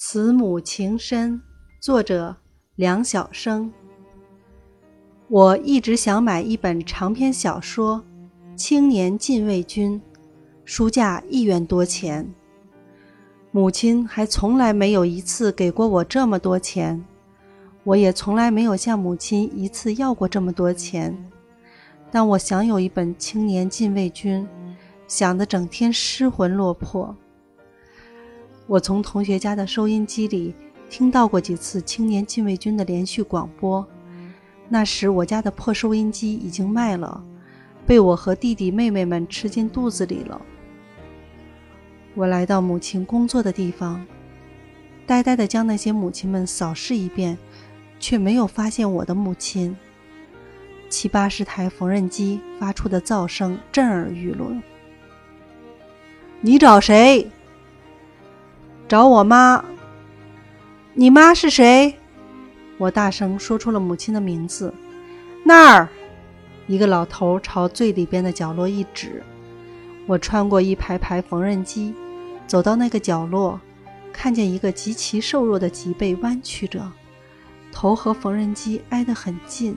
慈母情深，作者梁晓声。我一直想买一本长篇小说《青年禁卫军》，书价1元多钱。母亲还从来没有一次给过我这么多钱，我也从来没有向母亲一次要过这么多钱。但我想有一本《青年禁卫军》，想得整天失魂落魄。我从同学家的收音机里听到过几次青年禁卫军的连续广播，那时我家的破收音机已经卖了，被我和弟弟妹妹们吃进肚子里了。我来到母亲工作的地方，呆呆地将那些母亲们扫视一遍，却没有发现我的母亲。70、80台缝纫机发出的噪声震耳欲聋。你找谁？找我妈。你妈是谁？我大声说出了母亲的名字。那儿，一个老头朝最里边的角落一指。我穿过一排排缝纫机，走到那个角落，看见一个极其瘦弱的脊背弯曲着，头和缝纫机挨得很近，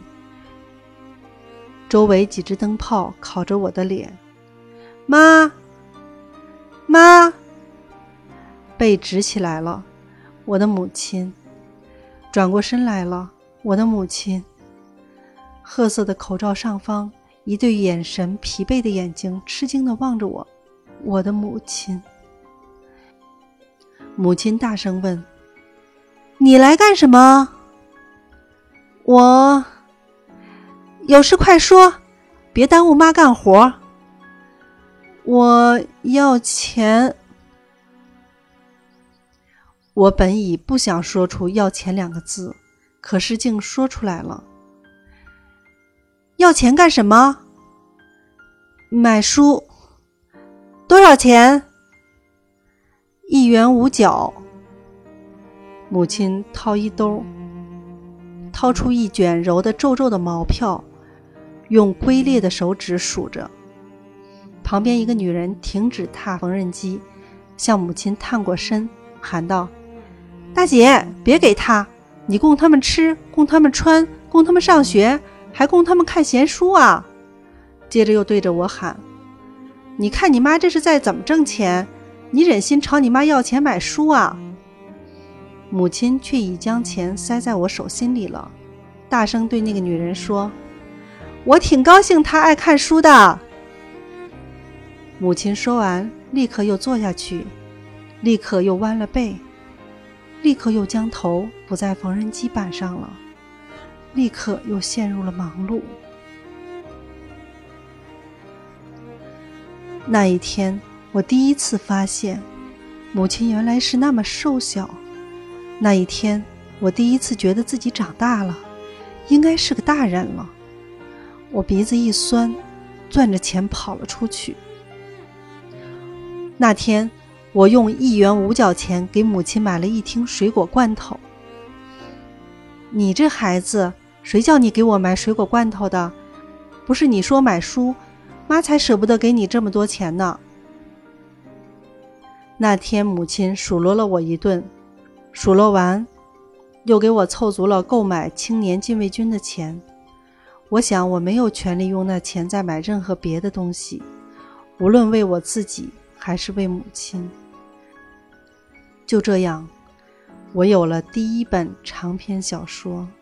周围几只灯泡烤着我的脸。妈，妈！被指起来了，我的母亲。转过身来了，我的母亲。褐色的口罩上方，一对眼神疲惫的眼睛吃惊地望着我，我的母亲。母亲大声问：你来干什么？我有事快说，别耽误妈干活。我要钱。我本已不想说出要钱2个字，可是竟说出来了。要钱干什么？买书。多少钱？1元5角。母亲掏衣兜，掏出一卷揉得皱皱的毛票，用龟裂的手指数着。旁边一个女人停止踏缝纫机，向母亲探过身，喊道：大姐，别给他，你供他们吃，供他们穿，供他们上学，还供他们看闲书啊。接着又对着我喊：你看你妈这是在怎么挣钱？你忍心朝你妈要钱买书啊？母亲却已将钱塞在我手心里了，大声对那个女人说：我挺高兴她爱看书的。母亲说完，立刻又坐下去，立刻又弯了背，立刻又将头补在缝纫机板上了，立刻又陷入了忙碌。那一天，我第一次发现母亲原来是那么瘦小。那一天，我第一次觉得自己长大了，应该是个大人了。我鼻子一酸，攥着钱跑了出去。那天，我用1元5角钱给母亲买了1听水果罐头。你这孩子，谁叫你给我买水果罐头的？不是你说买书，妈才舍不得给你这么多钱呢。那天母亲数落了我一顿，数落完，又给我凑足了购买青年禁卫军的钱。我想我没有权利用那钱再买任何别的东西，无论为我自己还是为母亲。就这样，我有了第一本长篇小说。